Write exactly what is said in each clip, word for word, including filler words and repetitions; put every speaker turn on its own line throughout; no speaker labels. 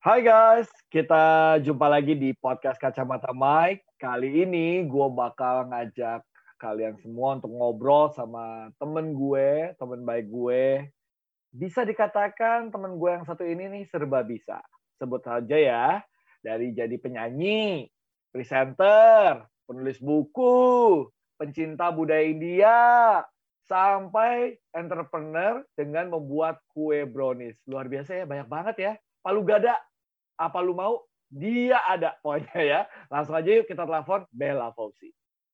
Hai guys, kita jumpa lagi di podcast Kacamata Mike. Kali ini gue bakal ngajak kalian semua untuk ngobrol sama temen gue, temen baik gue. Bisa dikatakan temen gue yang satu ini nih serba bisa. Sebut saja ya, dari jadi penyanyi, presenter, penulis buku, pencinta budaya India, sampai entrepreneur dengan membuat kue brownies. Luar biasa ya, banyak banget ya. Palu gada. Apa lu mau? Dia ada pokoknya ya. Langsung aja yuk kita telepon Bella Fauzi.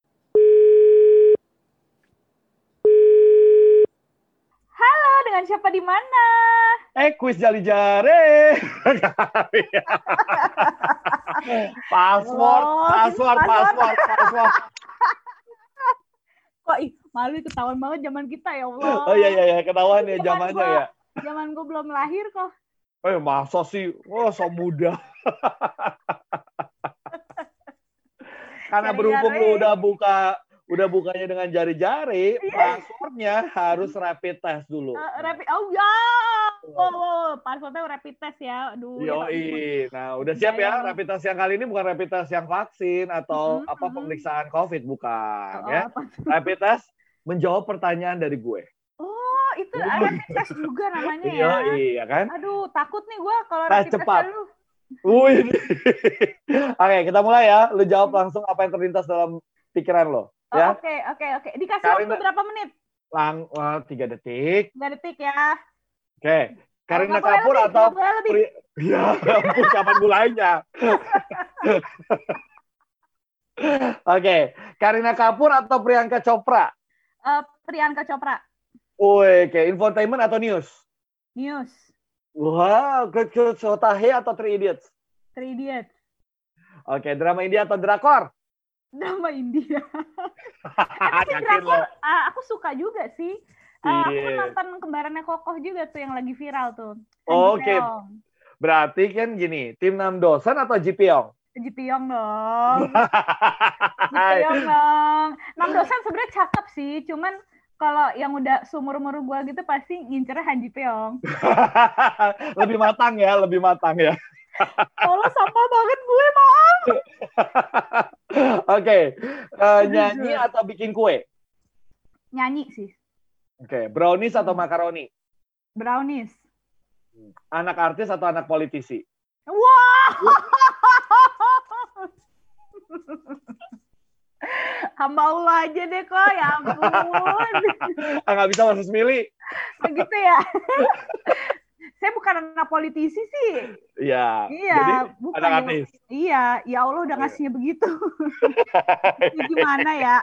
Halo, dengan siapa di mana?
Eh, kuis jali jare. Password,
Oh,
password,
password.
password, password.
Kok ih, malu ketahuan banget zaman kita ya Allah.
Oh iya iya, iya. Ketahuan ya
Zaman
zamannya
gua-
ya.
Zaman gue belum lahir kok.
Eh, masa sih? Wah, so muda. Karena berhubung lu udah buka udah bukanya dengan jari-jari, passwordnya harus rapid test dulu.
Uh, rapid, oh ya, oh, oh, passwordnya rapid test ya. Aduh, ya ampun.
Yoi. Nah, udah siap ya
Bayang.
rapid test yang kali ini bukan rapid test yang vaksin atau
Mm-mm,
apa
mm-mm.
pemeriksaan COVID, bukan
Oh,
ya.
apa tuh?
Rapid test menjawab pertanyaan dari gue.
Oh, itu
Uh.
rapid test juga namanya ya.
Yoi, ya kan?
Aduh, takut nih gue kalau
Tes
rapid
cepat.
test dulu.
Wih. Oke, kita mulai ya. Lu jawab langsung apa yang terlintas dalam pikiran lo.
Oh,
Ya.
Oke, oke, oke. Dikasih
Karina-
waktu berapa menit?
Lang, wah, tiga detik.
Tiga detik ya.
Oke. Karina
Nggak boleh
Kapoor
lebih,
atau
nggak boleh lebih.
Pri- Ya, ampun, kapan mulainya? Oke, Karina Kapoor atau Priyanka Chopra?
Uh, Priyanka Chopra.
Woi, kayak infotainment atau news?
News.
Wow, Good Good Sotahe atau Three Idiots?
Three Idiots.
Oke, drama India atau drakor?
Drama India. Tapi
Yakin
drakor,
lo?
uh, aku suka juga sih. Uh, aku
Iya.
nonton Kembarannya Kokoh juga tuh yang lagi viral tuh.
Oke.
Ji Pyong.
Berarti kan gini, tim Nam Dosan atau Ji Pyong?
Ji Pyong dong. Ji Pyong dong. Nam Dosan sebenarnya cakep sih, cuman kalau yang udah seumur-umur gue gitu pasti ngincernya Han Ji Pyong.
Lebih matang ya, lebih matang ya.
Kalau sampah banget gue, maaf.
Oke, uh, nyanyi atau bikin kue?
Nyanyi sih.
Oke, brownies atau makaroni?
Brownies.
Anak artis atau anak politisi?
Wah. Hamba Allah aja deh kok, ya ampun.
Ah, nggak bisa masuk milih.
Begitu ya. Saya bukan anak politisi sih.
Iya.
Iya,
Jadi
bukan
anak
yang-
artis.
Iya, ya Allah udah ngasihnya begitu. Ini gimana ya?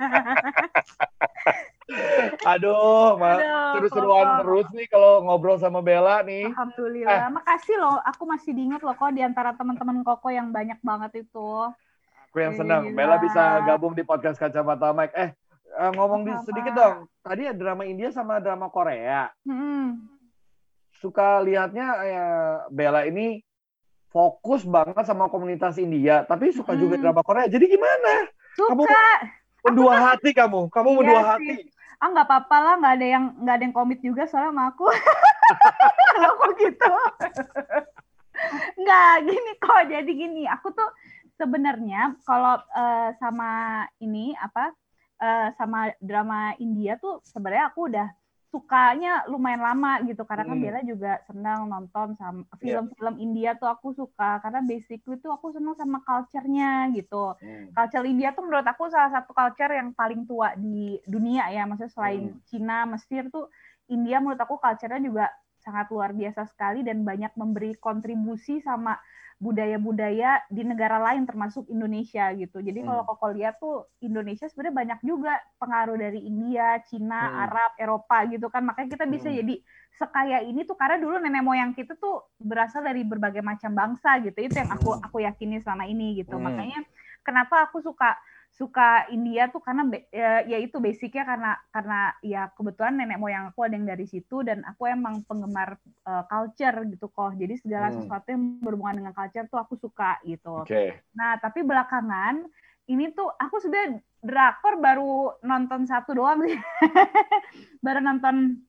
Aduh, ma-
Aduh,
seru-seruan
Koko.
terus nih kalau ngobrol sama Bella nih.
Alhamdulillah. Makasih loh, aku masih diingat loh kok di antara teman-teman Koko yang banyak banget itu.
Aku yang senang.
Gila.
Bella bisa gabung di podcast Kacamata Mike. Eh, eh, ngomong di
Apa-apa.
sedikit dong. Tadi ada drama India sama drama Korea.
Hmm.
Suka lihatnya ya, Bella ini fokus banget sama komunitas India, tapi suka
Hmm.
juga drama Korea. Jadi gimana? Kamu
Suka.
mendua hati kamu. Kamu
Iya
mendua
sih.
hati.
Ah nggak apa-apa lah, nggak ada yang nggak ada yang komit juga soalnya sama aku. Kalau aku gitu. Nggak gini kok, jadi gini. Aku tuh sebenarnya kalau eh, sama ini apa eh, sama drama India tuh sebenarnya aku udah sukanya lumayan lama gitu karena kan
Hmm.
Bella juga senang nonton sama film-film India tuh aku suka karena basically tuh aku senang sama culture-nya gitu.
Hmm.
Culture India tuh menurut aku salah satu culture yang paling tua di dunia ya, maksudnya selain
Hmm.
Cina, Mesir tuh India menurut aku culture-nya juga sangat luar biasa sekali dan banyak memberi kontribusi sama budaya-budaya di negara lain termasuk Indonesia gitu. Jadi
Hmm.
kalau Koko lihat tuh Indonesia sebenarnya banyak juga pengaruh dari India, Cina,
Hmm.
Arab, Eropa gitu kan. Makanya kita bisa
Hmm.
jadi sekaya ini tuh karena dulu nenek moyang kita tuh berasal dari berbagai macam bangsa gitu. Itu yang aku
Hmm.
aku yakini selama ini gitu.
Hmm.
Makanya kenapa aku suka suka India tuh karena ya, ya itu basicnya karena karena ya kebetulan nenek moyang aku ada yang dari situ dan aku emang penggemar uh, culture gitu kok. Jadi segala
Hmm.
sesuatu yang berhubungan dengan culture tuh aku suka gitu.
Oke.
Nah, tapi belakangan ini tuh aku sudah drakor baru nonton satu doang sih. Baru nonton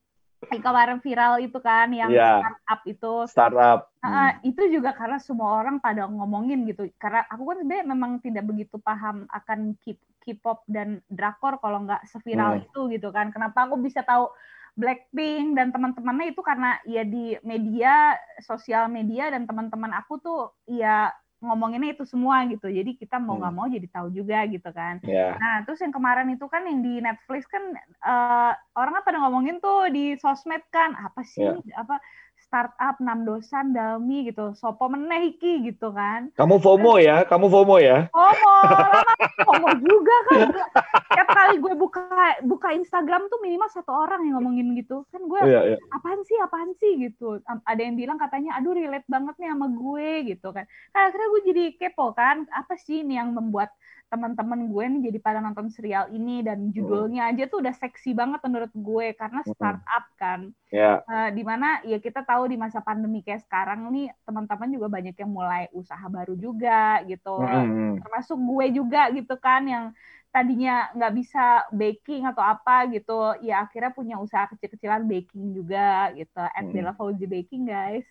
kemarin viral itu kan yang
yeah.
startup itu.
Startup.
Uh, hmm. Itu juga karena semua orang pada ngomongin gitu. Karena aku kan sebenarnya memang tidak begitu paham akan K-pop dan drakor kalau nggak seviral hmm. itu gitu kan. Kenapa aku bisa tahu Blackpink dan teman-temannya itu karena ya di media, sosial media, dan teman-teman aku tuh ya ngomonginnya itu semua gitu. Jadi kita mau nggak hmm. mau jadi tahu juga gitu kan. Yeah. Nah, terus yang kemarin itu kan yang di Netflix kan uh, orang kan pada ngomongin tuh di sosmed kan, apa sih yeah. apa startup enam dosan dalmi gitu. Sopo meneh iki gitu kan.
Kamu FOMO ya? Kamu FOMO ya?
FOMO, lama FOMO juga kan. Tiap kali gue buka buka Instagram tuh minimal satu orang yang ngomongin gitu. Kan gue yeah, yeah. apaan sih, apaan sih gitu. Ada yang bilang katanya, aduh relate banget nih sama gue gitu kan. Kan akhirnya gue jadi kepo kan, apa sih ini yang membuat teman-teman gue nih jadi pada nonton serial ini, dan judulnya aja tuh udah seksi banget menurut gue karena startup kan. Yeah. Uh, dimana ya kita tahu di masa pandemi kayak sekarang nih teman-teman juga banyak yang mulai usaha baru juga gitu. Mm-hmm. Termasuk gue juga gitu kan yang tadinya nggak bisa baking atau apa gitu, ya akhirnya punya usaha kecil-kecilan baking juga gitu. At hmm. Bella Fauzi Baking guys.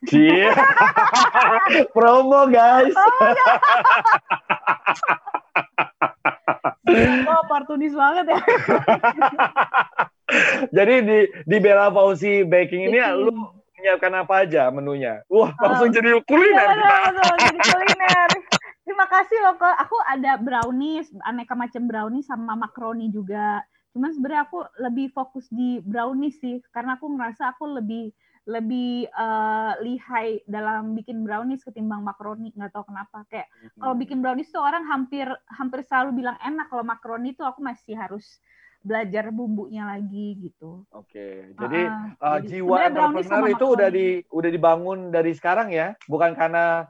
Promo guys.
Oh, oh, oportunis banget ya.
Jadi di di Bella Fauzi Baking ini baking. Lu menyiapkan apa aja menunya? Wah, langsung uh, jadi kuliner.
Iya, betul, jadi kuliner. Terima kasih loh, kok. Aku ada brownies, aneka macam brownies sama makaroni juga. Cuman sebenarnya aku lebih fokus di brownies sih, karena aku ngerasa aku lebih lebih uh, lihai dalam bikin brownies ketimbang makaroni. Nggak tahu kenapa. Kayak hmm. kalau bikin brownies tuh orang hampir hampir selalu bilang enak. Kalau makaroni tuh aku masih harus belajar bumbunya lagi gitu.
Oke, jadi, uh, uh, jadi jiwa entrepreneur itu udah di udah dibangun dari sekarang ya, bukan karena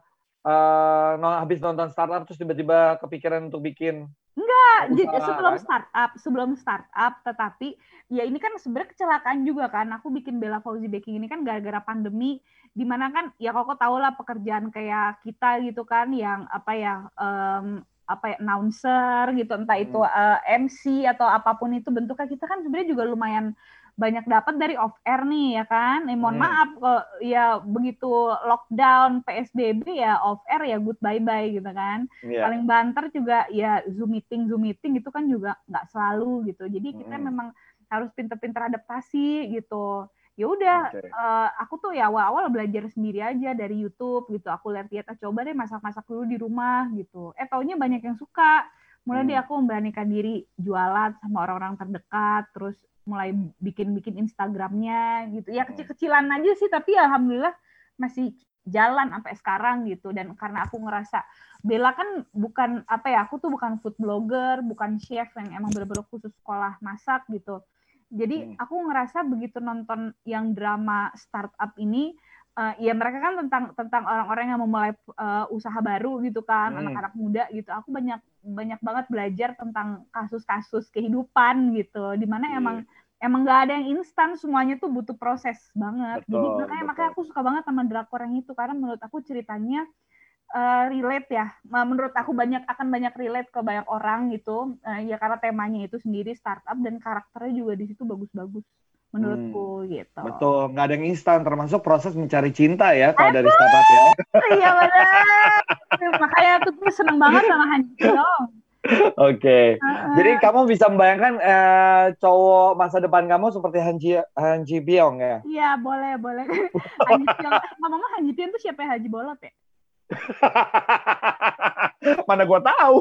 Uh, habis nonton startup terus tiba-tiba kepikiran untuk bikin.
Enggak, usaha, sebelum kan? startup, sebelum startup, tetapi ya ini kan sebenarnya kecelakaan juga kan. Aku bikin Bella Fauzi Baking ini kan gara-gara pandemi, dimana kan ya kok tahu lah pekerjaan kayak kita gitu kan, yang apa ya, um, apa ya, announcer gitu, entah itu uh, M C atau apapun itu bentuknya, kita kan sebenarnya juga lumayan banyak dapat dari off air nih ya kan. Eh, mohon hmm. maaf kok ya begitu lockdown P S B B ya off air ya good bye bye gitu kan. Yeah. Paling banter juga ya Zoom meeting Zoom meeting itu kan juga nggak selalu gitu. Jadi kita hmm. memang harus pinter-pinter adaptasi gitu. Ya udah, okay. uh, aku tuh ya awal-awal belajar sendiri aja dari YouTube gitu. Aku lihat-lihat, coba deh masak-masak dulu di rumah gitu. Eh taunya banyak yang suka. Mulai hmm. deh aku memberanikan diri jualan sama orang-orang terdekat, terus mulai bikin-bikin Instagramnya gitu. Ya kecil-kecilan aja sih, tapi alhamdulillah masih jalan sampai sekarang gitu. Dan karena aku ngerasa Bella kan bukan apa ya, aku tuh bukan food blogger, bukan chef yang emang bener-bener khusus sekolah masak gitu. Jadi hmm. aku ngerasa begitu nonton yang drama startup ini, uh, ya mereka kan tentang tentang orang-orang yang memulai uh, usaha baru gitu kan, hmm. anak-anak muda gitu. Aku banyak banyak banget belajar tentang kasus-kasus kehidupan gitu, dimana hmm. emang emang nggak ada yang instan, semuanya tuh butuh proses banget. Betul, jadi makanya betul. makanya aku suka banget sama drakor yang itu, karena menurut aku ceritanya Uh, relate ya, menurut aku banyak akan banyak relate ke banyak orang gitu, uh, ya karena temanya itu sendiri startup dan karakternya juga di situ bagus-bagus menurutku hmm, gitu.
Betul, nggak ada yang instan, termasuk proses mencari cinta ya kalau dari startup ya.
Iya benar, makanya aku tuh seneng banget sama Han Ji Pyong.
Oke, okay. uh-uh. Jadi kamu bisa membayangkan uh, cowok masa depan kamu seperti Han Ji Han Ji Pyong ya?
Iya boleh boleh. Han Ji Pyong, ngomong-ngomong Han Ji Pyong tuh siapa ya, Haji Bolot ya?
Mana gua tahu.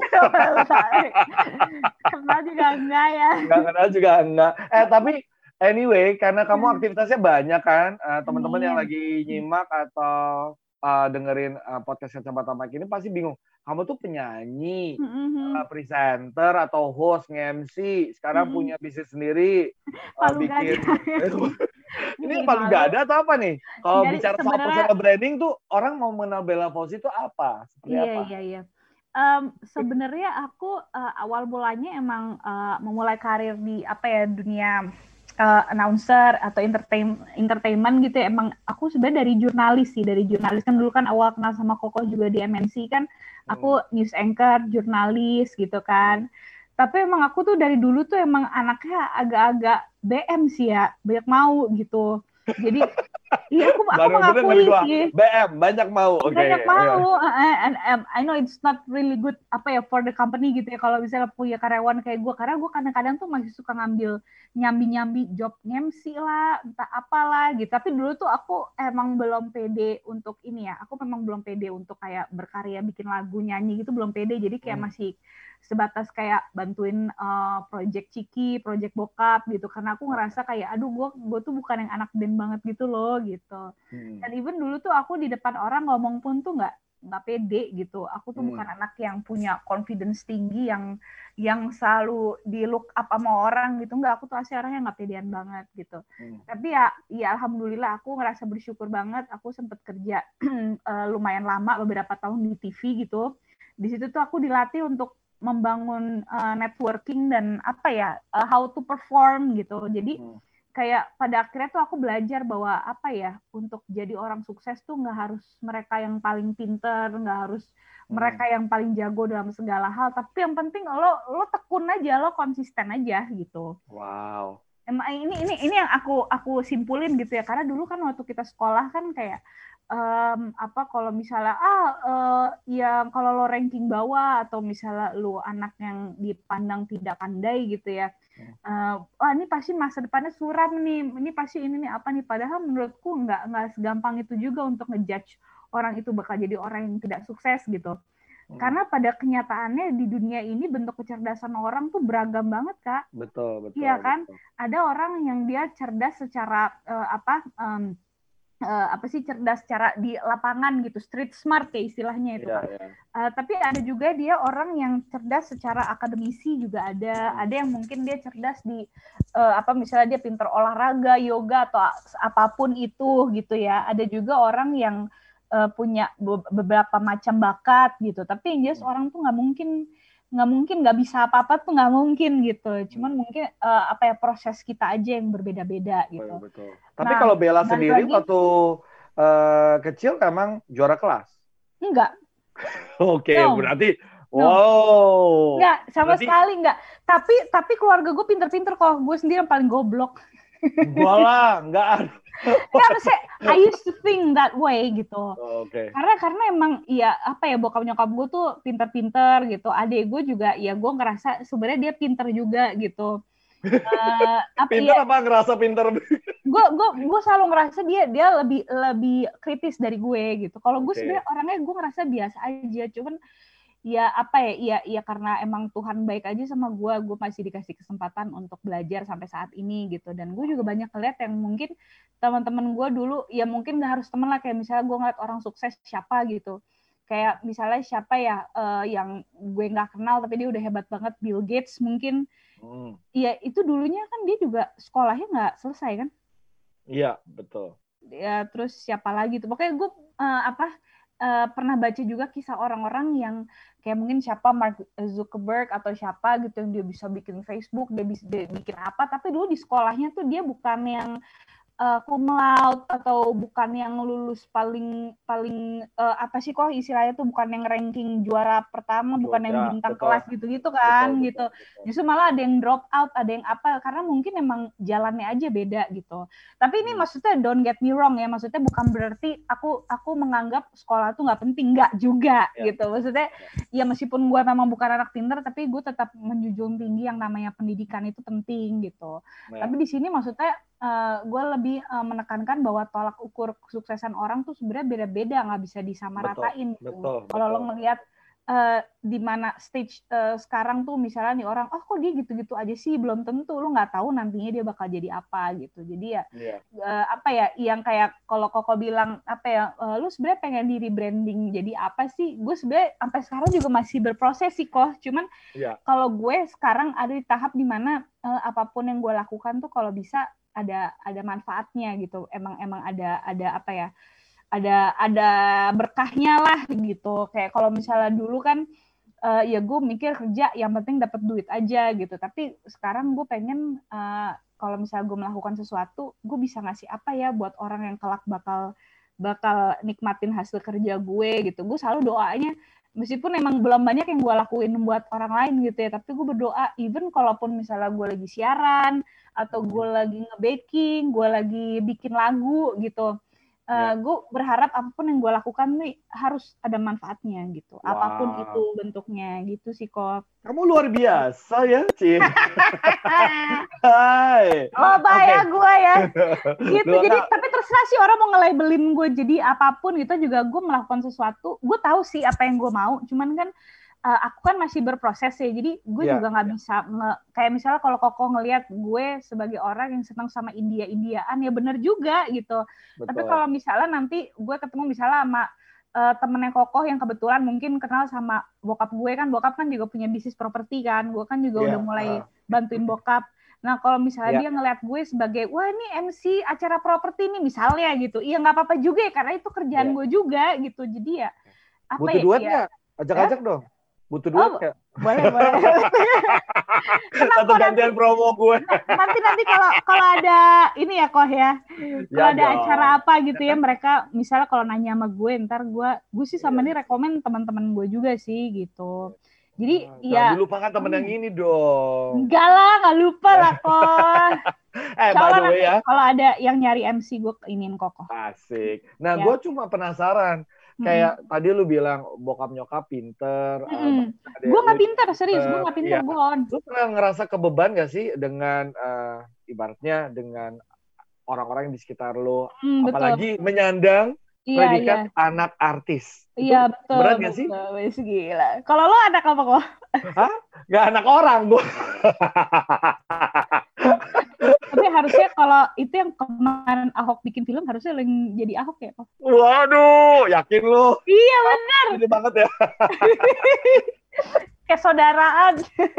Kenal juga enggak ya.
Enggak kenal juga enggak. Eh tapi anyway, karena kamu aktivitasnya banyak kan, uh, teman-teman yang lagi nyimak atau uh, dengerin uh, podcast Kacamata Mike ini pasti bingung. Kamu tuh penyanyi, mm-hmm. uh, presenter atau host, nge-M C, sekarang mm-hmm. punya bisnis sendiri, uh, bikin. Ini paling nggak ada atau apa nih? Kalau bicara soal personal branding tuh orang mau mengenal Bella Fauzi itu apa? Seperti
iya,
apa?
Iya iya um, sebenarnya aku uh, awal mulanya emang uh, memulai karir di apa ya dunia uh, announcer atau entertain entertainment gitu ya. Emang aku sebenarnya dari jurnalis sih, dari jurnalis kan dulu kan awal kenal sama Koko juga di M N C kan. Aku hmm. news anchor, jurnalis gitu kan. Tapi emang aku tuh dari dulu tuh emang anaknya agak-agak B M sih ya, banyak mau gitu. Jadi iya aku aku
Baru bener
mengakui
gua.
sih.
B M banyak mau. Oke.
Banyak
Okay.
mau. Yeah. And um, I know it's not really good apa ya for the company gitu ya kalau misalnya punya karyawan kayak gue, karena gue kadang-kadang tuh masih suka ngambil nyambi-nyambi job M C lah, entah apalah gitu. Tapi dulu tuh aku emang belum pede untuk ini ya. Aku memang belum pede untuk kayak berkarya, bikin lagu, nyanyi gitu belum pede. Jadi kayak hmm. masih sebatas kayak bantuin uh, project Ciki, project bokap gitu. Karena aku ngerasa kayak aduh gue gue tuh bukan yang anak band banget gitu loh gitu. Hmm. Dan even dulu tuh aku di depan orang ngomong pun tuh nggak nggak pede gitu. Aku tuh hmm. bukan anak yang punya confidence tinggi yang yang selalu di look up sama orang gitu. Nggak, aku tuh asli orangnya nggak pedean banget gitu. Hmm. Tapi ya, ya alhamdulillah aku ngerasa bersyukur banget. Aku sempet kerja uh, lumayan lama, beberapa tahun di T V gitu. Di situ tuh aku dilatih untuk membangun uh, networking dan apa ya uh, how to perform gitu. Jadi hmm. kayak pada akhirnya tuh aku belajar bahwa apa ya untuk jadi orang sukses tuh nggak harus mereka yang paling pinter, nggak harus hmm. mereka yang paling jago dalam segala hal. Tapi yang penting lo lo tekun aja, lo konsisten aja gitu.
Wow.
Emang ini ini ini yang aku aku simpulin gitu ya, karena dulu kan waktu kita sekolah kan kayak Um, apa kalau misalnya ah uh, ya kalau lo ranking bawah atau misalnya lo anak yang dipandang tidak pandai gitu ya, uh, wah ini pasti masa depannya suram nih, ini pasti ini nih apa nih, padahal menurutku nggak nggak segampang itu juga untuk ngejudge orang itu bakal jadi orang yang tidak sukses gitu. Hmm. Karena pada kenyataannya di dunia ini bentuk kecerdasan orang tuh beragam banget Kak.
Betul betul.
Iya kan,
betul.
Ada orang yang dia cerdas secara uh, apa um, Uh, apa sih cerdas secara di lapangan gitu, street smart ya istilahnya itu yeah, Pak. Yeah. Uh, tapi ada juga dia orang yang cerdas secara akademisi juga ada. Hmm. Ada yang mungkin dia cerdas di uh, apa misalnya dia pinter olahraga, yoga atau apapun itu gitu ya. Ada juga orang yang uh, punya be- beberapa macam bakat gitu. Tapi yang jelas hmm. orang tuh nggak mungkin nggak mungkin nggak bisa apa-apa tuh nggak mungkin gitu. Cuman hmm. mungkin uh, apa ya proses kita aja yang berbeda-beda gitu.
Betul, betul. Tapi nah, kalau Bella sendiri lagi, waktu uh, kecil emang juara kelas?
Enggak.
Oke, okay, no. berarti
no.
wow.
Enggak, sama
berarti...
sekali enggak. Tapi tapi keluarga gue pinter-pinter kok. Gue sendiri yang paling goblok.
Gue lah, enggak ada.
Enggak, maksudnya I used to think that way gitu.
Oh, Oke. Okay.
Karena karena emang ya apa ya bokap nyokap gue tuh pinter-pinter gitu. Adik gue juga ya gue ngerasa sebenarnya dia pinter juga gitu.
Uh, apa, pinter ya, apa ngerasa pinter?
Gue gue gue selalu ngerasa dia dia lebih lebih kritis dari gue gitu. Kalau gue okay. sebenarnya orangnya gue ngerasa biasa aja, cuman ya apa ya, ya ya karena emang Tuhan baik aja sama gue, gue masih dikasih kesempatan untuk belajar sampai saat ini gitu. Dan gue juga banyak ngeliat yang mungkin teman-teman gue dulu ya mungkin nggak harus temen lah, kayak misalnya gue ngeliat orang sukses siapa gitu. Kayak misalnya siapa ya uh, yang gue nggak kenal tapi dia udah hebat banget, Bill Gates mungkin. Iya, hmm. itu dulunya kan dia juga sekolahnya nggak selesai kan?
Iya, betul.
Ya, terus siapa lagi tuh? Pokoknya gue uh, apa uh, pernah baca juga kisah orang-orang yang kayak mungkin siapa Mark Zuckerberg atau siapa gitu yang dia bisa bikin Facebook, dia bisa dia bikin apa, tapi dulu di sekolahnya tuh dia bukan yang uh, cum laude atau bukan yang lulus paling paling uh, apa sih kok istilahnya tuh bukan yang ranking juara pertama, bukan yang
ya,
bintang
betul.
kelas gitu-gitu kan
betul,
gitu.
Betul, betul.
Justru malah ada yang drop out, ada yang apa karena mungkin emang jalannya aja beda gitu. Tapi ini hmm. maksudnya don't get me wrong ya, maksudnya bukan berarti aku aku menganggap sekolah tuh nggak penting, nggak juga ya. Gitu. Maksudnya ya meskipun gue memang bukan anak pintar, tapi gue tetap menjunjung tinggi yang namanya pendidikan itu penting gitu. Ya. Tapi di sini maksudnya Uh, gue lebih uh, menekankan bahwa tolak ukur kesuksesan orang tuh sebenarnya beda-beda, nggak bisa disamaratain.
Betul, betul,
kalau lo ngelihat uh, di mana stage uh, sekarang tuh misalnya nih orang, oh kok dia gitu-gitu aja sih, belum tentu, lo nggak tahu nantinya dia bakal jadi apa gitu. Jadi ya yeah. uh, apa ya, yang kayak kalau Koko bilang apa ya, uh, lu sebenarnya pengen di rebranding jadi apa sih? Gue sebenarnya sampai sekarang juga masih berproses sih kok. Cuman yeah. kalau gue sekarang ada di tahap dimana uh, apapun yang gue lakukan tuh kalau bisa ada ada manfaatnya gitu, emang emang ada ada apa ya, ada ada berkahnya lah gitu. Kayak kalau misalnya dulu kan uh, ya gue mikir kerja yang penting dapat duit aja gitu, tapi sekarang gue pengen uh, kalau misalnya gue melakukan sesuatu, gue bisa ngasih apa ya buat orang yang kelak bakal bakal nikmatin hasil kerja gue gitu. Gue selalu doanya meskipun emang belum banyak yang gue lakuin buat orang lain gitu ya, tapi gue berdoa even kalaupun misalnya gue lagi siaran atau gue lagi nge-baking, gue lagi bikin lagu gitu, Uh, gue berharap apapun yang gue lakukan nih harus ada manfaatnya gitu. Wow. Apapun itu bentuknya gitu sih kok.
Kamu luar biasa ya, Ci. Hai.
Loba okay. ya gue ya. Gitu. Luar jadi tapi terserah sih orang mau nge-labelin gue jadi apapun gitu juga gue melakukan sesuatu. Gue tahu sih apa yang gue mau. Cuman kan uh, aku kan masih berproses ya. Jadi gue yeah, juga nggak yeah. bisa nge, kayak misalnya kalau Koko ngelihat gue sebagai orang yang senang sama India-Indiaan ya bener juga gitu. Betul. Tapi kalau misalnya nanti gue ketemu misalnya sama uh, temennya Kokoh yang kebetulan mungkin kenal sama bokap gue kan, bokap kan juga punya bisnis properti kan, gue kan juga yeah. udah mulai uh. bantuin bokap. Nah kalau misalnya yeah. dia ngeliat gue sebagai, wah ini M C acara properti nih misalnya gitu, iya nggak apa-apa juga ya karena itu kerjaan yeah. gue juga gitu. Jadi ya apa
butuh
ya?
Butuh duit nggak? Ya? Ajak-ajak ya? Dong. Butuh duit
oh,
nggak?
Boleh, boleh.
Atau gantian nanti, promo gue.
Nanti nanti kalau kalau ada ini ya Koh ya, kalau ya ada dong. Acara apa gitu ya mereka misalnya kalau nanya sama gue, ntar gue gue sih sama ya. Nih rekomen teman-teman gue juga sih gitu. Jadi nah, ya.
Jangan lupakan temen hmm. yang ini dong.
Enggak lah, nggak lupa lah Koh.
eh by the way ya.
Kalau ada yang nyari M C gue iniin Kokoh.
Asik. Nah ya. Gue cuma penasaran. Kayak hmm. tadi lu bilang bokap nyokap pinter.
Hmm. Uh, gue nggak pinter, serius. Gue nggak pinter,
ya.
gue on.
Lu pernah ngerasa kebeban gak sih dengan uh, ibaratnya dengan orang-orang yang di sekitar lu, hmm, apalagi betul. Menyandang iya, predikat iya. Anak artis.
Iya itu betul.
Berat gak sih?
Betul, gila. Kalau lo anak apa kok?
Hah? Gak anak orang gue.
Tapi harusnya kalau itu yang kemarin Ahok bikin film harusnya yang jadi Ahok ya? Oh.
Waduh, yakin lu?
Iya benar.
Ini banget ya.
Kayak saudaraan.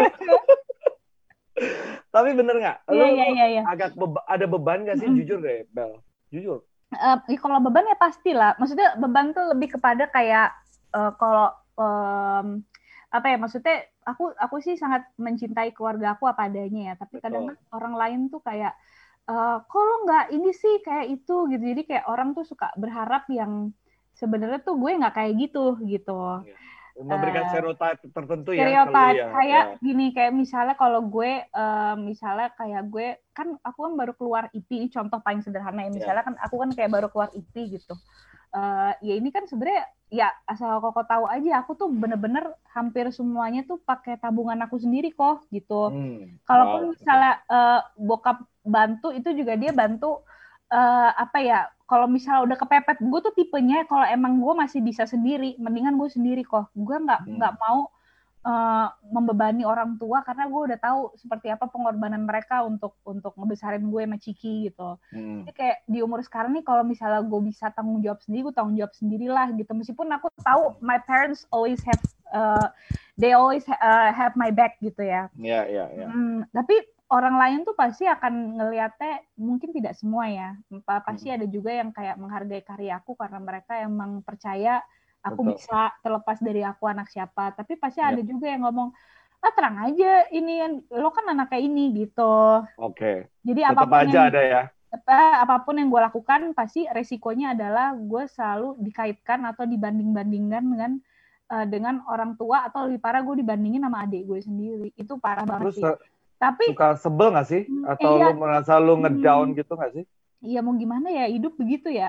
Tapi bener nggak?
Iya iya iya. iya.
Agak beba- ada beban nggak sih? Mm-hmm. Jujur deh, Bel. Jujur.
Uh, ya kalau beban ya pastilah. Maksudnya beban tuh lebih kepada kayak uh, kalau um, apa ya maksudnya aku aku sih sangat mencintai keluarga aku apa adanya ya tapi kadang kan orang lain tuh kayak uh, kok lo nggak ini sih kayak itu gitu jadi kayak orang tuh suka berharap yang sebenarnya tuh gue nggak kayak gitu gitu
memberikan uh, stereotip tertentu ya
stereotip ya, kayak ya. Gini kayak misalnya kalau gue uh, misalnya kayak gue kan aku kan baru keluar E P ini contoh paling sederhana ya misalnya ya. Kan aku kan kayak baru keluar E P gitu. Uh, ya ini kan sebenarnya ya asal Koko tahu aja aku tuh bener-bener hampir semuanya tuh pakai tabungan aku sendiri kok gitu. Hmm. Kalaupun wow. misalnya uh, bokap bantu itu juga dia bantu uh, apa ya kalau misalnya udah kepepet gue tuh tipenya kalau emang gue masih bisa sendiri mendingan gue sendiri kok. Gue nggak nggak hmm. mau uh, membebani orang tua karena gue udah tahu seperti apa pengorbanan mereka untuk untuk ngebesarin gue sama Ciki gitu. Hmm. Jadi kayak di umur sekarang nih kalau misalnya gue bisa tanggung jawab sendiri, gue tanggung jawab sendirilah gitu. Meskipun aku tahu my parents always have uh, they always uh, have my back gitu ya.
Iya, iya, iya.
Tapi orang lain tuh pasti akan ngelihatnya mungkin tidak semua ya. Pasti hmm. ada juga yang kayak menghargai karya aku karena mereka emang percaya aku Betul. Bisa terlepas dari aku anak siapa, tapi pasti ya. Ada juga yang ngomong, ah terang aja ini lo kan anaknya ini gitu.
Oke.
Jadi
tetap
apapun
aja
yang,
ada ya.
Apa, apapun yang gue lakukan pasti resikonya adalah gue selalu dikaitkan atau dibanding-bandingkan dengan uh, dengan orang tua atau lebih parah gue dibandingin sama adik gue sendiri. Itu parah banget
Terus,
sih. Tapi
suka sebel nggak sih? Atau iya, lo merasa lo ngedown hmm, gitu nggak sih?
Iya mau gimana ya hidup begitu ya.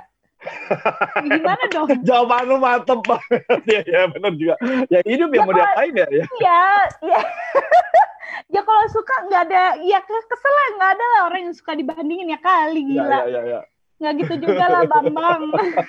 Gimana dong?
Jawaban lu mantep banget. Ya, ya benar juga. Ya hidup ya, ya mau diapain ya? Ya,
ya. ya. Ya kalau suka nggak ada, ya kesel lah nggak ada lah orang yang suka dibandingin ya kali gila.
Ya, ya, ya, ya.
Nggak gitu juga lah Bambang.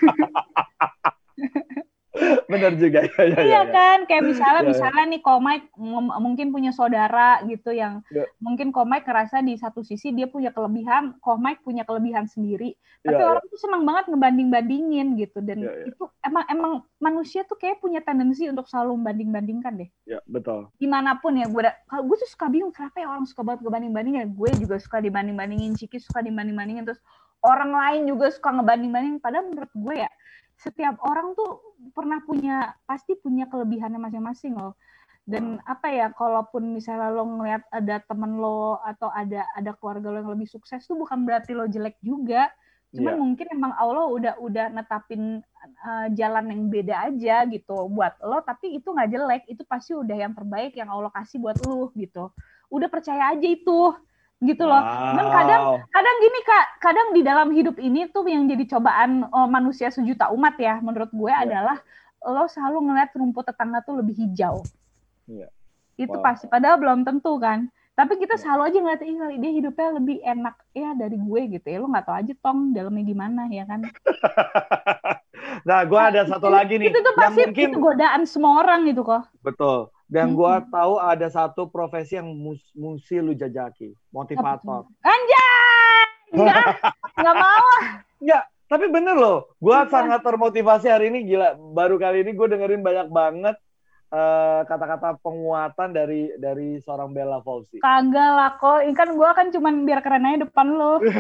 Benar juga ya, ya,
iya
ya,
kan kayak misalnya ya, misalnya ya. Nih Komik m- mungkin punya saudara gitu yang ya. Mungkin Komik ngerasa di satu sisi dia punya kelebihan, Komik punya kelebihan sendiri tapi ya, orang ya. Tuh senang banget ngebanding-bandingin gitu dan ya, ya. Itu emang emang manusia tuh kayak punya tendensi untuk selalu membanding-bandingkan deh
ya betul
dimanapun ya gue kalau gue tuh suka bingung kenapa ya orang suka banget ngebanding-bandingin gue juga suka dibanding-bandingin Ciki suka dibanding-bandingin terus orang lain juga suka ngebanding-bandingin padahal menurut gue ya setiap orang tuh pernah punya pasti punya kelebihannya masing-masing loh dan wow. Apa ya kalaupun misalnya lo ngeliat ada temen lo atau ada ada keluarga lo yang lebih sukses tuh bukan berarti lo jelek juga Cuman yeah. mungkin emang Allah udah udah netapin uh, jalan yang beda aja gitu buat lo, tapi itu nggak jelek, itu pasti udah yang terbaik yang Allah kasih buat lo gitu. Udah percaya aja itu, gitu loh. Wow. Dan kadang kadang gini Kak, kadang di dalam hidup ini tuh yang jadi cobaan oh, manusia sejuta umat ya, menurut gue yeah. adalah lo selalu ngeliat rumput tetangga tuh lebih hijau. Yeah. Itu wow. pasti, padahal belum tentu kan. Tapi kita selalu aja ngeliat, ih dia hidupnya lebih enak ya dari gue gitu ya. Lo nggak tahu aja tong dalamnya gimana ya kan.
Nah, gue ada nah, satu itu, lagi nih.
Itu tuh pasti mungkin... itu godaan semua orang gitu kok.
Betul. Dan hmm. gue tahu ada satu profesi yang mus- mesti lu jajaki. Motivator.
Anjay! Enggak, nggak mau.
Enggak, tapi bener loh. Gue sangat termotivasi hari ini. Gila, baru kali ini gue dengerin banyak banget Uh, kata-kata penguatan dari dari seorang Bella Fauzi.
Kagak lah kok, ini kan gue kan cuman biar keren aja depan lo. Oke,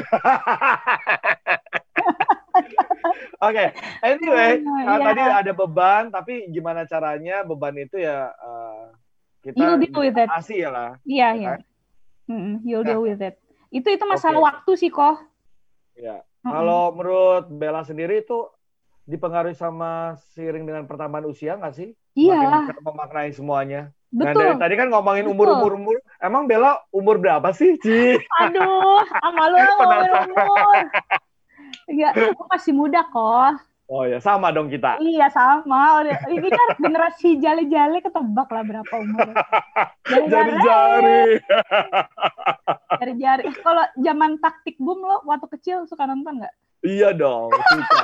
okay. Anyway, oh, nah, yeah. tadi ada beban, tapi gimana caranya beban itu ya uh, kita
you'll deal with it.
Kasih ya lah.
Iya, iya. You'll deal with it. Itu itu masalah okay. waktu sih kok.
Ya. Mm-hmm. Kalau menurut Bella sendiri itu dipengaruhi sama seiring dengan pertambahan usia nggak sih?
Iya.
Makin memaknai semuanya.
Betul.
Nah dari tadi kan ngomongin umur-umur-umur. Emang Bella umur berapa sih, Ci?
Aduh, sama lu umur-umur. Ya, aku masih muda kok.
Oh ya, sama dong kita.
Iya, sama. Ini kan generasi jale-jale ketebak lah berapa umur.
Jari-jari.
Jari-jari. Kalau zaman Taktik Boom lo waktu kecil suka nonton nggak?
Iya dong, suka.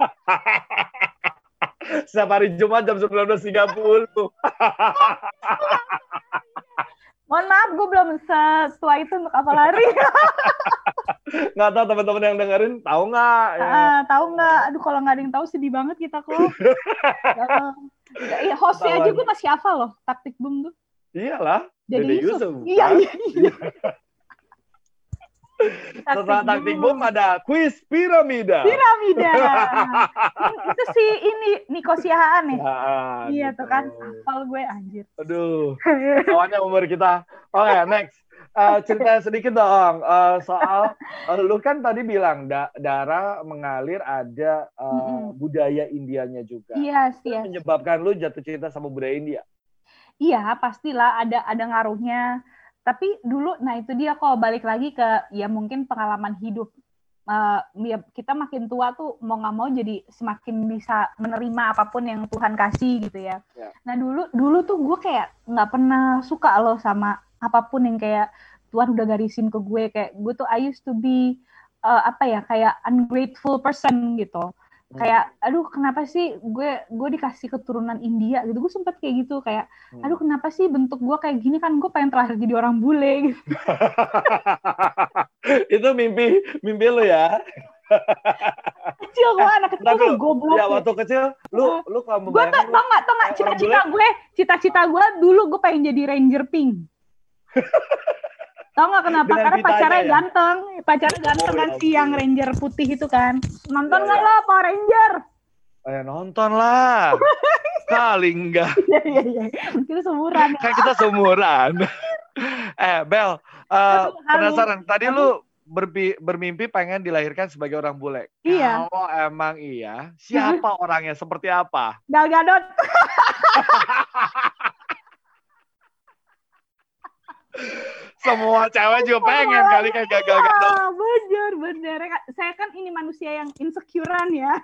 Setiap hari Jumat jam sembilan belas tiga puluh.
Mohon maaf, gue belum setua itu untuk apa lari.
Nggak tahu teman-teman yang dengerin, tahu nggak? Ya.
Uh, tahu nggak? Aduh, kalau nggak ada yang tahu sedih banget kita kok. uh, ya, hostnya aja gue masih hafal loh, Taktik Boom tuh.
Iyalah,
Dede Yusuf. Iya, iya, iya.
Setelah Taktik Boom ada kuis piramida.
Piramida. Itu si ini Niko Siahaan nih. Ya, iya gitu. Tuh kan. Hafal gue anjir.
Aduh. Kawannya umur kita. Oke, okay, next. Uh, cerita sedikit dong uh, soal uh, lu kan tadi bilang da- darah mengalir ada uh, mm-hmm. budaya Indianya juga.
Iya, yes, yes.
Menyebabkan lu jatuh cinta sama budaya India.
Iya, pastilah ada ada ngaruhnya. Tapi dulu, nah itu dia kok balik lagi ke ya mungkin pengalaman hidup. Uh, ya kita makin tua tuh mau nggak mau jadi semakin bisa menerima apapun yang Tuhan kasih gitu ya. Yeah. Nah dulu dulu tuh gue kayak nggak pernah suka loh sama apapun yang kayak Tuhan udah garisin ke gue. Kayak gue tuh I used to be uh, apa ya kayak ungrateful person gitu. Kayak aduh kenapa sih gue gue dikasih keturunan India gitu, gue sempat kayak gitu kayak aduh kenapa sih bentuk gue kayak gini, kan gue pengen terakhir jadi orang bule gitu.
Itu mimpi mimpi lo ya.
Kecil gue anak kecil tuh goblok
ya waktu kecil lu lu kalau
gue tuh tau nggak tau nggak cita-cita gue cita-cita gue dulu gue pengen jadi Ranger Pink. Tau nggak kenapa? Dengan karena pacarnya ya? ganteng. Pacarnya ganteng kan, si yang Ranger putih itu kan. Nonton nggak ya, ya. lo Power Ranger?
Eh, nonton lah. Kali enggak.
Iya, iya, iya. Kita seumuran.
Kan kita seumuran. eh, Bel. Uh, penasaran. Tadi lu berbi- bermimpi pengen dilahirkan sebagai orang bule.
Iya.
Kalau emang iya, siapa orangnya? Seperti apa?
Gal Gadot.
Semua cewek juga pengen oh, kali kan gagal-gagal.
Oh, bener, bener. Saya kan ini manusia yang insecurean ya.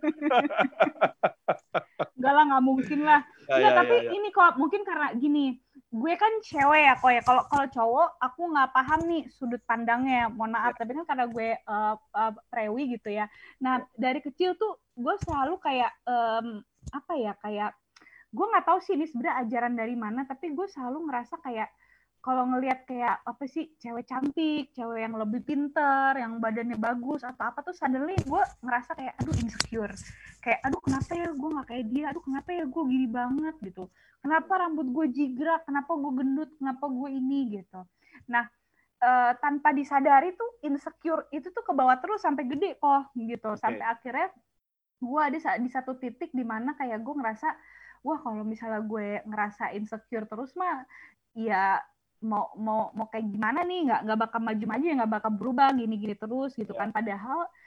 Enggak lah, nggak mungkin lah. Ya, ya, tapi ya, ya. Ini kok mungkin karena gini, gue kan cewek ya kok ya. Kalau kalau cowok, aku nggak paham nih sudut pandangnya. Mohon maaf, tapi kan karena gue uh, uh, prewi gitu ya. Nah dari kecil tuh gue selalu kayak um, apa ya kayak gue nggak tahu sih ini sebenarnya ajaran dari mana, tapi gue selalu ngerasa kayak kalau ngelihat kayak apa sih cewek cantik, cewek yang lebih pinter, yang badannya bagus atau apa tuh suddenly gue ngerasa kayak aduh insecure. Kayak aduh kenapa ya gue nggak kayak dia, aduh kenapa ya gue gini banget gitu. Kenapa rambut gue jigrak, kenapa gue gendut, kenapa gue ini gitu. Nah uh, tanpa disadari tuh insecure itu tuh ke bawah terus sampai gede kok gitu. Okay. Sampai akhirnya gue ada di satu titik di mana kayak gue ngerasa wah kalau misalnya gue ngerasa insecure terus mah ya mau mau mau kayak gimana nih, nggak nggak bakal maju-maju ya, nggak bakal berubah gini-gini terus gitu yeah. kan. Padahal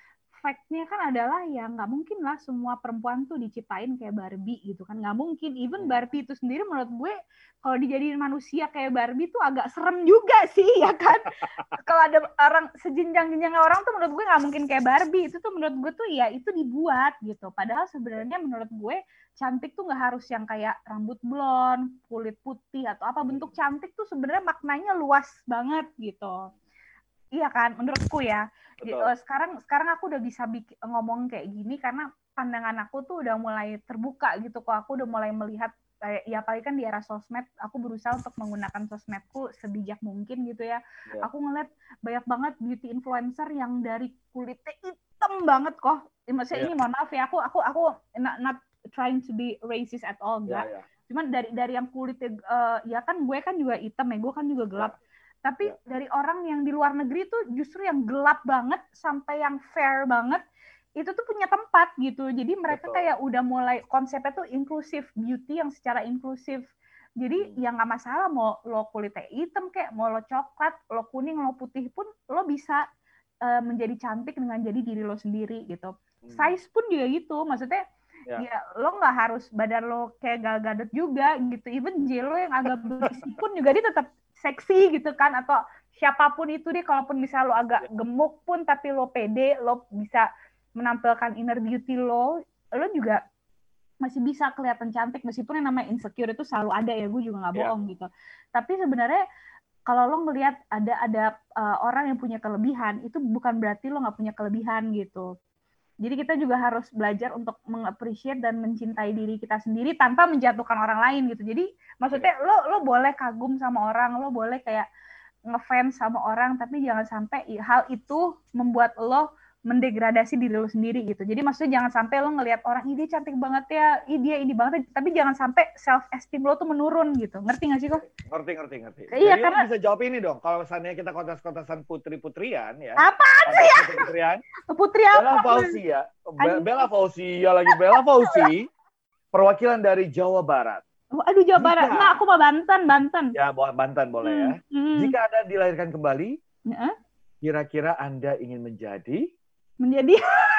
fact-nya kan adalah ya nggak mungkin lah semua perempuan tuh diciptain kayak Barbie gitu kan, nggak mungkin. Even Barbie itu sendiri menurut gue kalau dijadiin manusia kayak Barbie tuh agak serem juga sih ya kan. Kalau ada orang sejenjang-jenjangnya orang tuh menurut gue nggak mungkin kayak Barbie. Itu tuh menurut gue tuh ya itu dibuat gitu. Padahal sebenarnya menurut gue cantik tuh nggak harus yang kayak rambut blond, kulit putih atau apa. Bentuk cantik tuh sebenarnya maknanya luas banget gitu. Iya kan, menurutku ya. Betul. Sekarang sekarang aku udah bisa bikin, ngomong kayak gini karena pandangan aku tuh udah mulai terbuka gitu kok. Aku udah mulai melihat kayak ya apalagi kan di era sosmed, aku berusaha untuk menggunakan sosmedku sebijak mungkin gitu ya. Yeah. Aku ngeliat banyak banget beauty influencer yang dari kulitnya hitam banget kok. Maksudnya yeah. ini mohon maaf ya, aku aku aku not, not trying to be racist at all enggak. Yeah, yeah. Cuman dari dari yang kulitnya uh, ya kan gue kan juga hitam ya, gue kan juga gelap. Yeah. Tapi ya. Dari orang yang di luar negeri tuh justru yang gelap banget sampai yang fair banget itu tuh punya tempat gitu. Jadi mereka Betul. Kayak udah mulai konsepnya tuh inclusive beauty yang secara inklusif. Jadi hmm. ya nggak masalah mau lo kulitnya hitam kayak mau lo coklat, lo kuning, lo putih pun lo bisa uh, menjadi cantik dengan jadi diri lo sendiri gitu. Hmm. Size pun juga gitu. Maksudnya ya, ya lo nggak harus badan lo kayak Gal Gadot juga gitu. Even J Lo yang agak berisi pun juga dia tetap seksi gitu kan, atau siapapun itu deh, kalaupun misalnya lo agak gemuk pun tapi lo pede, lo bisa menampilkan inner beauty lo, lo juga masih bisa kelihatan cantik meskipun yang namanya insecure itu selalu ada ya, gue juga nggak bohong yeah. gitu. Tapi sebenarnya kalau lo ngelihat ada ada uh, orang yang punya kelebihan, itu bukan berarti lo nggak punya kelebihan gitu. Jadi kita juga harus belajar untuk meng-appreciate dan mencintai diri kita sendiri tanpa menjatuhkan orang lain gitu. Jadi maksudnya lo lo boleh kagum sama orang, lo boleh kayak ngefans sama orang, tapi jangan sampai hal itu membuat lo mendegradasi diri lo sendiri gitu. Jadi maksudnya jangan sampai lo ngelihat orang, ih dia cantik banget ya, ih dia ini banget, tapi jangan sampai self esteem lo tuh menurun gitu. Ngerti nggak sih kok?
Ngerti ngerti ngerti.
Iya,
Jadi
karena...
lo bisa jawab ini dong. Kalau misalnya kita kontes-kontesan putri-putrian ya.
Apaan sih ya?
Putri-putrian.
Putri apa?
Bella Fauzia, Be- Bella Fauzia lagi Bella Fauzi, perwakilan dari Jawa Barat.
Aduh Jawa Jika... Barat. Nah, aku mau Banten, Banten.
Ya, Banten boleh hmm. ya. Hmm. Jika Anda dilahirkan kembali,
uh-uh.
kira-kira Anda ingin menjadi
menjadi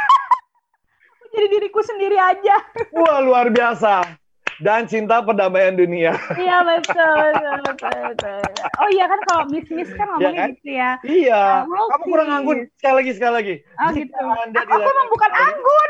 menjadi diriku sendiri aja.
Wah, luar biasa. Dan cinta perdamaian dunia.
Iya, betul, betul, betul, betul. Oh iya kan kalau miss-miss kan ngomongnya ya kan? Gitu ya.
Iya. Uh, Kamu kurang anggun. Sekali lagi, sekali lagi.
Oh jika gitu. Anda aku emang bukan anggun.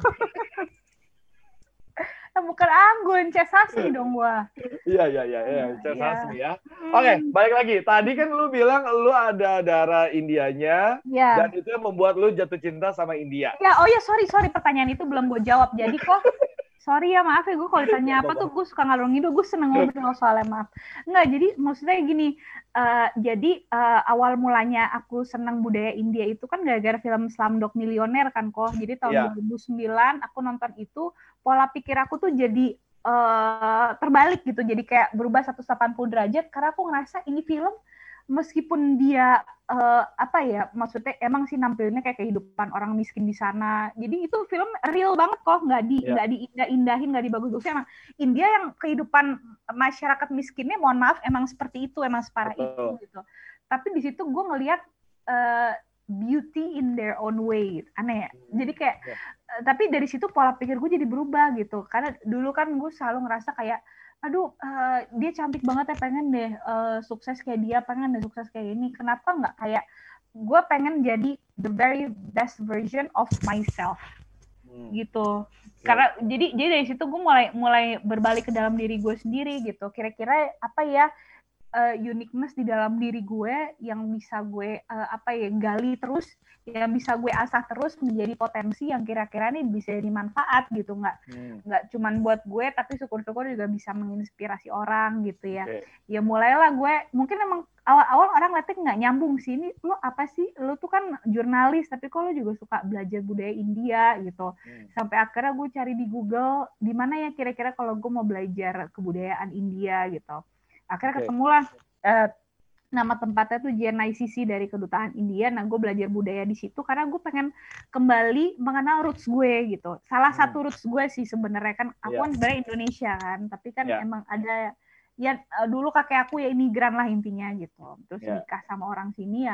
Bukan anggun, cesasi dong gua.
Iya, iya, iya, iya, cesasi ya. Hmm. Oke, okay, balik lagi. Tadi kan lu bilang lu ada darah Indianya, ya. Dan itu yang membuat lu jatuh cinta sama India.
Ya, oh ya, sorry, sorry, pertanyaan itu belum gue jawab. Jadi kok, sorry ya, maaf ya, gue kalau ditanya apa tuh gue suka ngalor ngidul, gue seneng ngobrol soalnya, maaf. Enggak, jadi maksudnya gini, uh, jadi uh, awal mulanya aku seneng budaya India itu kan gara-gara film Slumdog Millionaire kan kok. Jadi tahun ya. dua ribu sembilan aku nonton itu, pola pikir aku tuh jadi uh, terbalik gitu, jadi kayak berubah seratus delapan puluh derajat karena aku ngerasa ini film meskipun dia uh, apa ya, maksudnya emang sih nampilinnya kayak kehidupan orang miskin di sana, jadi itu film real banget kok, nggak di nggak yeah. diindah-indahin, nggak dibagus-bagusin. Emang India yang kehidupan masyarakat miskinnya mohon maaf emang seperti itu, emang separah Betul. Itu gitu. Tapi di situ gue ngelihat uh, beauty in their own way, aneh ya. Jadi kayak, yeah. uh, tapi dari situ pola pikir gue jadi berubah gitu. Karena dulu kan gue selalu ngerasa kayak, aduh uh, dia cantik banget ya, pengen deh uh, sukses kayak dia, pengen deh sukses kayak ini. Kenapa nggak kayak, gue pengen jadi the very best version of myself, hmm. gitu. Yeah. Karena jadi jadi dari situ gue mulai mulai berbalik ke dalam diri gue sendiri gitu. Kira-kira apa ya? Uh, uniqueness di dalam diri gue yang bisa gue uh, apa ya gali terus, yang bisa gue asah terus menjadi potensi yang kira-kira nih bisa jadi manfaat gitu, nggak hmm. nggak cuman buat gue tapi syukur-syukur juga bisa menginspirasi orang gitu ya. Okay. Ya mulailah gue, mungkin emang awal-awal orang liatnya nggak nyambung sih, ini lo apa sih, lo tuh kan jurnalis tapi kok lo juga suka belajar budaya India gitu. Hmm. Sampai akhirnya gue cari di Google di mana ya kira-kira kalau gue mau belajar kebudayaan India gitu. Akhirnya okay. ketemulah uh, nama tempatnya tuh J N I C C dari Kedutaan India. Nah, gue belajar budaya di situ karena gue pengen kembali mengenal roots gue gitu. Salah hmm. satu roots gue sih sebenarnya kan, aku yeah. kan sebenarnya Indonesia kan, tapi kan yeah. emang ada ya uh, dulu kakek aku ya imigran lah intinya gitu. Terus yeah. nikah sama orang sini ya,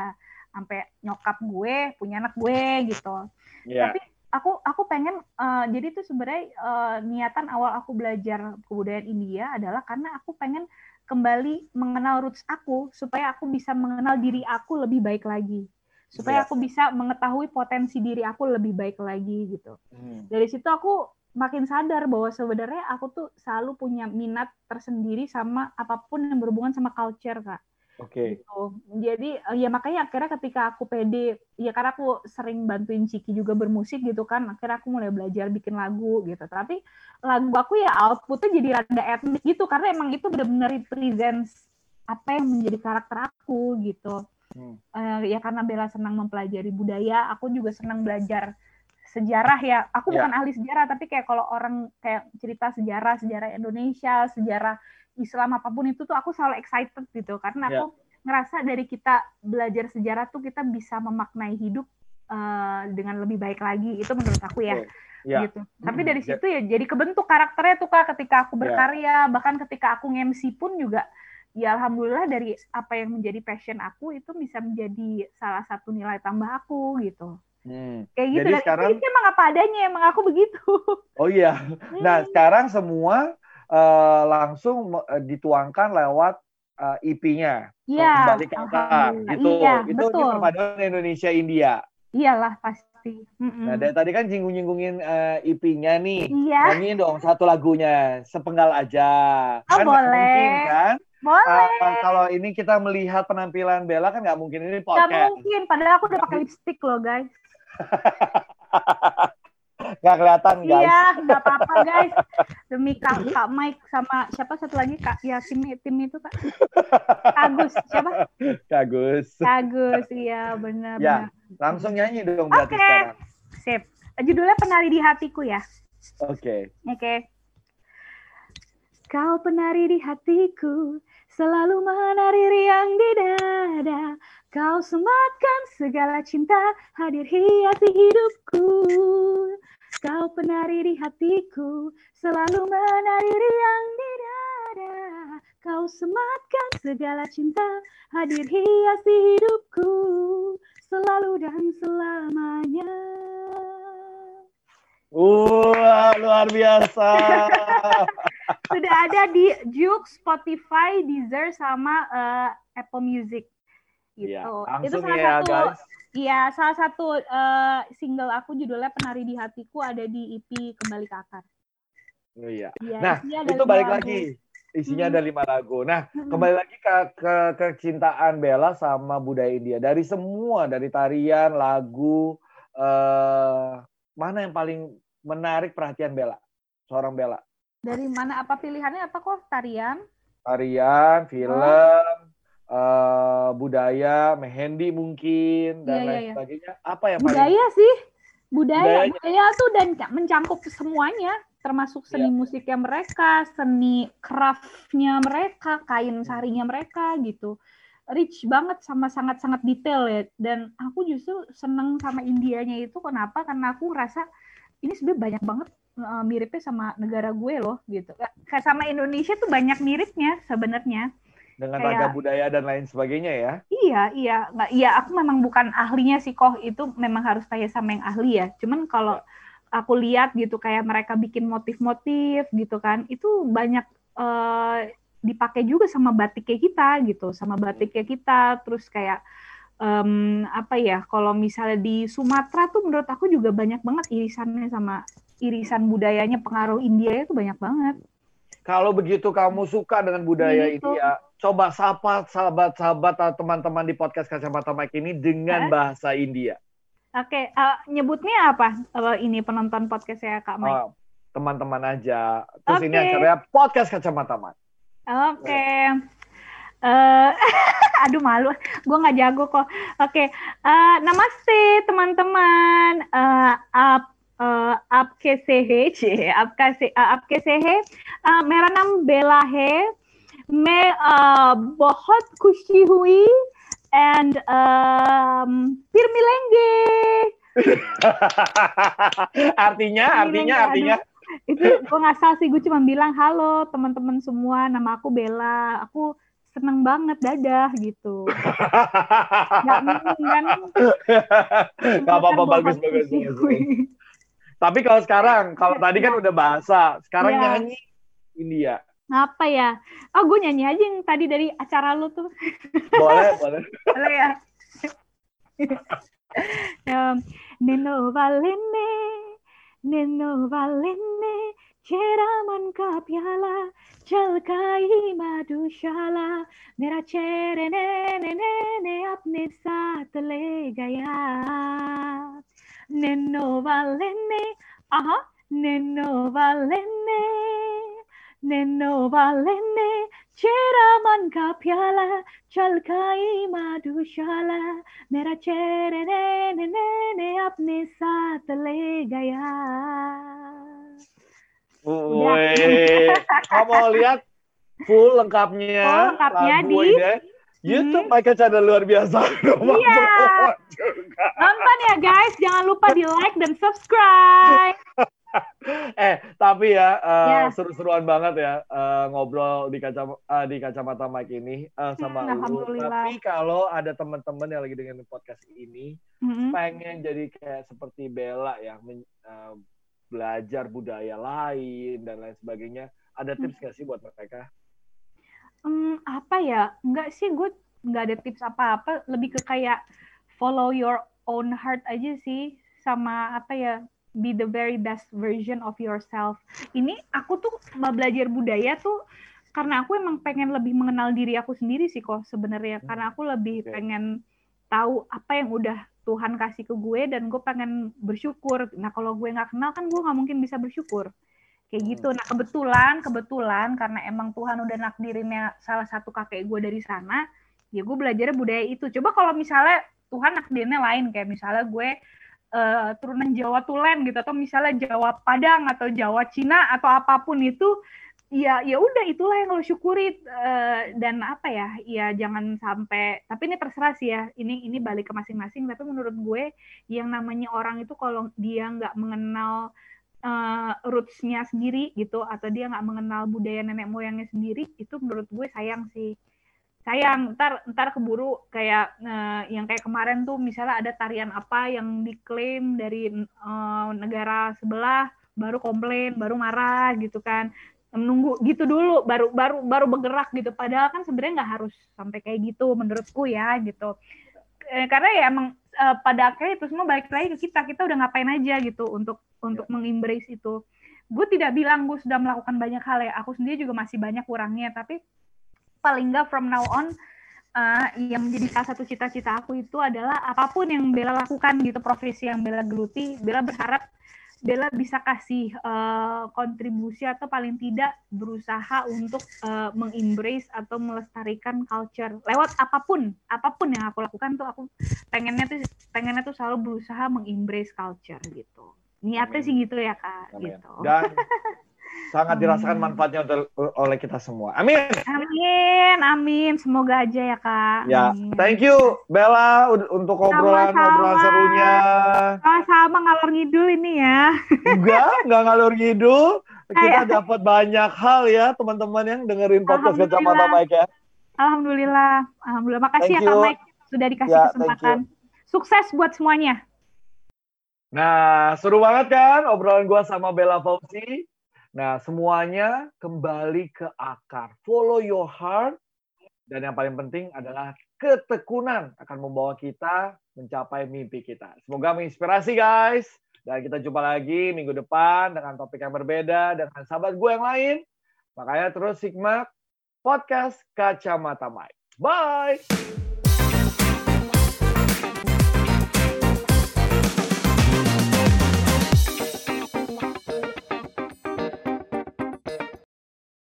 sampai nyokap gue punya anak gue gitu. Yeah. Tapi aku aku pengen uh, jadi itu sebenarnya uh, niatan awal aku belajar kebudayaan India adalah karena aku pengen kembali mengenal roots aku supaya aku bisa mengenal diri aku lebih baik lagi, supaya yeah. aku bisa mengetahui potensi diri aku lebih baik lagi gitu. Hmm. Dari situ aku makin sadar bahwa sebenarnya aku tuh selalu punya minat tersendiri sama apapun yang berhubungan sama culture, Kak.
Oke. Okay.
Gitu. Jadi ya makanya akhirnya ketika aku pede, ya karena aku sering bantuin Ciki juga bermusik gitu kan, akhirnya aku mulai belajar bikin lagu gitu. Tapi lagu aku ya outputnya jadi rada etnik gitu, karena emang itu benar-benar represents apa yang menjadi karakter aku gitu. Hmm. Uh, ya karena Bella senang mempelajari budaya, aku juga senang belajar sejarah ya. Aku yeah. bukan ahli sejarah, tapi kayak kalau orang kayak cerita sejarah, sejarah Indonesia, sejarah Islam apapun itu tuh aku selalu excited gitu karena aku yeah. ngerasa dari kita belajar sejarah tuh kita bisa memaknai hidup uh, dengan lebih baik lagi, itu menurut aku ya. Okay. Yeah. Gitu. Tapi dari situ ya jadi kebentuk karakternya tuh Kak ketika aku berkarya, yeah. bahkan ketika aku nge-M C pun juga ya alhamdulillah dari apa yang menjadi passion aku itu bisa menjadi salah satu nilai tambah aku gitu. Hmm. Kayak gitu. Jadi dan sekarang itu emang apa adanya, emang aku begitu.
Oh iya. Nah, hmm. sekarang semua Uh, langsung uh, dituangkan lewat uh, E P-nya,
ya,
Kembali ke Akar, gitu.
Iya,
itu
betul.
Ini perpaduan Indonesia India.
Iyalah pasti. Mm-mm.
Nah dari tadi kan nyinggung-nyinggungin uh, E P-nya nih,
iya.
nyanyiin dong satu lagunya, sepenggal aja.
Oh,
kan
boleh.
Mungkin kan?
Boleh.
Uh, kalau ini kita melihat penampilan Bella kan nggak mungkin ini podcast.
Nggak mungkin, padahal aku udah pakai lipstick loh guys.
Nggak kelihatan guys.
Iya, nggak apa-apa guys. Demi Kak, Kak Mike sama siapa satu lagi Kak, ya tim tim itu Kak. Kagus, siapa?
Kagus.
Kagus, iya benar.
Ya, benar. Langsung nyanyi dong berarti
okay.
sekarang.
Sip. Judulnya Penari di Hatiku ya.
Oke. Okay.
Oke. Okay. Kau penari di hatiku, selalu menari riang di dada. Kau sematkan segala cinta, hadir hiasi hidupku. Kau penari di hatiku, selalu menari riang di dada. Kau sematkan segala cinta, hadir hiasi hidupku, selalu dan selamanya.
Wah, luar biasa.
Sudah ada di Joox, Spotify, Deezer, sama uh, Apple Music. Gitu.
Ya,
itu salah
ya,
satu,
guys.
Iya, salah satu uh, single aku judulnya Penari di Hatiku ada di E P Kembali ke Akar.
Oh iya.
Ya,
nah, itu balik lagu. lagi. Isinya hmm. ada lima lagu. Nah, hmm. kembali lagi ke, ke kecintaan Bella sama budaya India. Dari semua, dari tarian, lagu, uh, mana yang paling menarik perhatian Bella? Seorang Bella.
Dari mana? Apa pilihannya apa kok? Tarian?
Tarian, film, oh. uh, budaya, mehendi mungkin, dan
yeah,
lain
yeah, yeah.
sebagainya. Apa yang
budaya
paling...
sih. Budaya.
Budayanya.
Budaya tuh dan mencangkup semuanya. Termasuk seni yeah. musiknya mereka, seni craft-nya mereka, kain sarinya mereka gitu. Rich banget sama sangat-sangat detail ya. Dan aku justru seneng sama Indianya itu kenapa? Karena aku ngerasa ini sebenarnya banyak banget uh, miripnya sama negara gue loh gitu. Kayak sama Indonesia tuh banyak miripnya sebenarnya.
Dengan kayak, ragam budaya dan lain sebagainya ya.
Iya, iya, nggak, iya aku memang bukan ahlinya sih kok, itu memang harus tanya sama yang ahli ya. Cuman kalau aku lihat gitu kayak mereka bikin motif-motif gitu kan, itu banyak uh, dipakai juga sama batiknya kita gitu, sama batiknya kita. Terus kayak um, apa ya? Kalau misalnya di Sumatera tuh menurut aku juga banyak banget irisannya sama irisan budayanya, pengaruh India itu banyak banget.
Kalau begitu kamu suka dengan budaya gitu. India, coba sapa sahabat-sahabat atau teman-teman di podcast Kacamata Mike ini dengan Hah? bahasa India.
Oke, okay, uh, nyebutnya apa? Uh, ini penonton podcast saya Kak Mike.
Oh, teman-teman aja. Terus okay. ini acaranya podcast Kacamata Mike.
Oke. Okay. Uh, aduh malu, gue nggak jago kok. Oke, okay. uh, namaste teman-teman. Uh, uh, Uh, आपके से है आपका से आपके से है uh, मेरा नाम बेला है मैं uh, बहुत खुशी हुई and um, फिर मिलेंगे.
artinya artinya artinya
Aduh, itu gue nggak salah sih, gue cuma bilang halo teman-teman semua, nama aku Bella, aku seneng banget, dadah gitu. Nggak kan?
Nggak apa-apa, bagus bagus. Tapi kalau sekarang, kalau tadi kan udah bahasa, sekarang ya. Nyanyi India.
Apa ya? Oh, gue nyanyi aja yang tadi dari acara lu tuh.
Boleh, boleh.
Boleh ya. um, Neno valene, Neno valene, Cheraman ka pyala, Chalkai madushala, Mera chere ne ne ne ne apne saath le gaya. Neno valene, aha, Neno valene, Neno valene, Cheraman ka pyala, Chalkai madushala, Mera chere ne ne ne ne apne saath le gaya.
Wih, kamu lihat full lengkapnya,
full lengkapnya di
ini, YouTube pakai hmm. channel luar biasa.
Iya. Nonton ya guys, jangan lupa di like dan subscribe.
eh tapi ya, uh, yeah. seru-seruan banget ya uh, ngobrol di kaca uh, di kacamata Mike ini uh, sama
hmm,
lu. Tapi kalau ada teman-teman yang lagi dengerin podcast ini mm-hmm. pengen jadi kayak seperti Bella ya, men, uh, belajar budaya lain dan lain sebagainya, ada tips nggak sih buat mereka?
Hmm, apa ya? Enggak sih, gue nggak ada tips apa-apa. Lebih ke kayak follow your own heart aja sih, sama apa ya? Be the very best version of yourself. Ini aku tuh belajar budaya tuh karena aku emang pengen lebih mengenal diri aku sendiri sih kok sebenarnya. Karena aku lebih pengen tahu apa yang udah Tuhan kasih ke gue dan gue pengen bersyukur. Nah kalau gue nggak kenal kan gue nggak mungkin bisa bersyukur. Kayak gitu. Nah kebetulan, kebetulan karena emang Tuhan udah nakdirinnya salah satu kakek gue dari sana, ya gue belajarnya budaya itu. Coba kalau misalnya Tuhan nakdirinnya lain, kayak misalnya gue uh, turunan Jawa Tulen gitu, atau misalnya Jawa Padang atau Jawa Cina atau apapun itu, ya ya udah itulah yang lo syukuri uh, dan apa ya ya jangan sampai, tapi ini terserah sih ya, ini ini balik ke masing-masing. Tapi menurut gue yang namanya orang itu kalau dia nggak mengenal uh, roots-nya sendiri gitu, atau dia nggak mengenal budaya nenek moyangnya sendiri, itu menurut gue sayang sih, sayang. Ntar ntar keburu kayak uh, yang kayak kemarin tuh misalnya ada tarian apa yang diklaim dari uh, negara sebelah, baru komplain, baru marah gitu kan. Menunggu gitu dulu baru baru baru bergerak gitu, padahal kan sebenarnya nggak harus sampai kayak gitu menurutku ya gitu. E, karena ya emang e, pada akhirnya itu semua balik lagi ke kita kita udah ngapain aja gitu untuk untuk yeah. mengembrace itu. Gue tidak bilang gue sudah melakukan banyak hal ya, aku sendiri juga masih banyak kurangnya, tapi paling nggak from now on uh, yang menjadi salah satu cita-cita aku itu adalah apapun yang Bella lakukan gitu, profesi yang Bella geluti, Bella berharap Bella bisa kasih uh, kontribusi atau paling tidak berusaha untuk uh, mengembrace atau melestarikan culture lewat apapun apapun yang aku lakukan tuh aku pengennya tuh pengennya tuh selalu berusaha mengembrace culture gitu. Niatnya Amin. Sih gitu ya Kak. Amin. Gitu.
Dan sangat dirasakan manfaatnya untuk, oleh kita semua. Amin.
Amin, amin. Semoga aja ya Kak.
Ya,
amin.
Thank you Bella untuk obrolan-obrolan serunya.
Sama-sama ngalor ngidul ini ya.
Enggak, enggak ngalor ngidul. Kita dapat banyak hal ya teman-teman yang dengerin podcast Kacamata Mike ya.
Alhamdulillah, alhamdulillah. Makasih thank ya Kak you. Mike sudah dikasih ya, kesempatan. Sukses buat semuanya.
Nah, seru banget kan obrolan gua sama Bella Fauzi. Nah, semuanya kembali ke akar. Follow your heart. Dan yang paling penting adalah ketekunan akan membawa kita mencapai mimpi kita. Semoga menginspirasi, guys. Dan kita jumpa lagi minggu depan dengan topik yang berbeda dengan sahabat gue yang lain. Makanya terus simak podcast Kacamata Mike. Bye!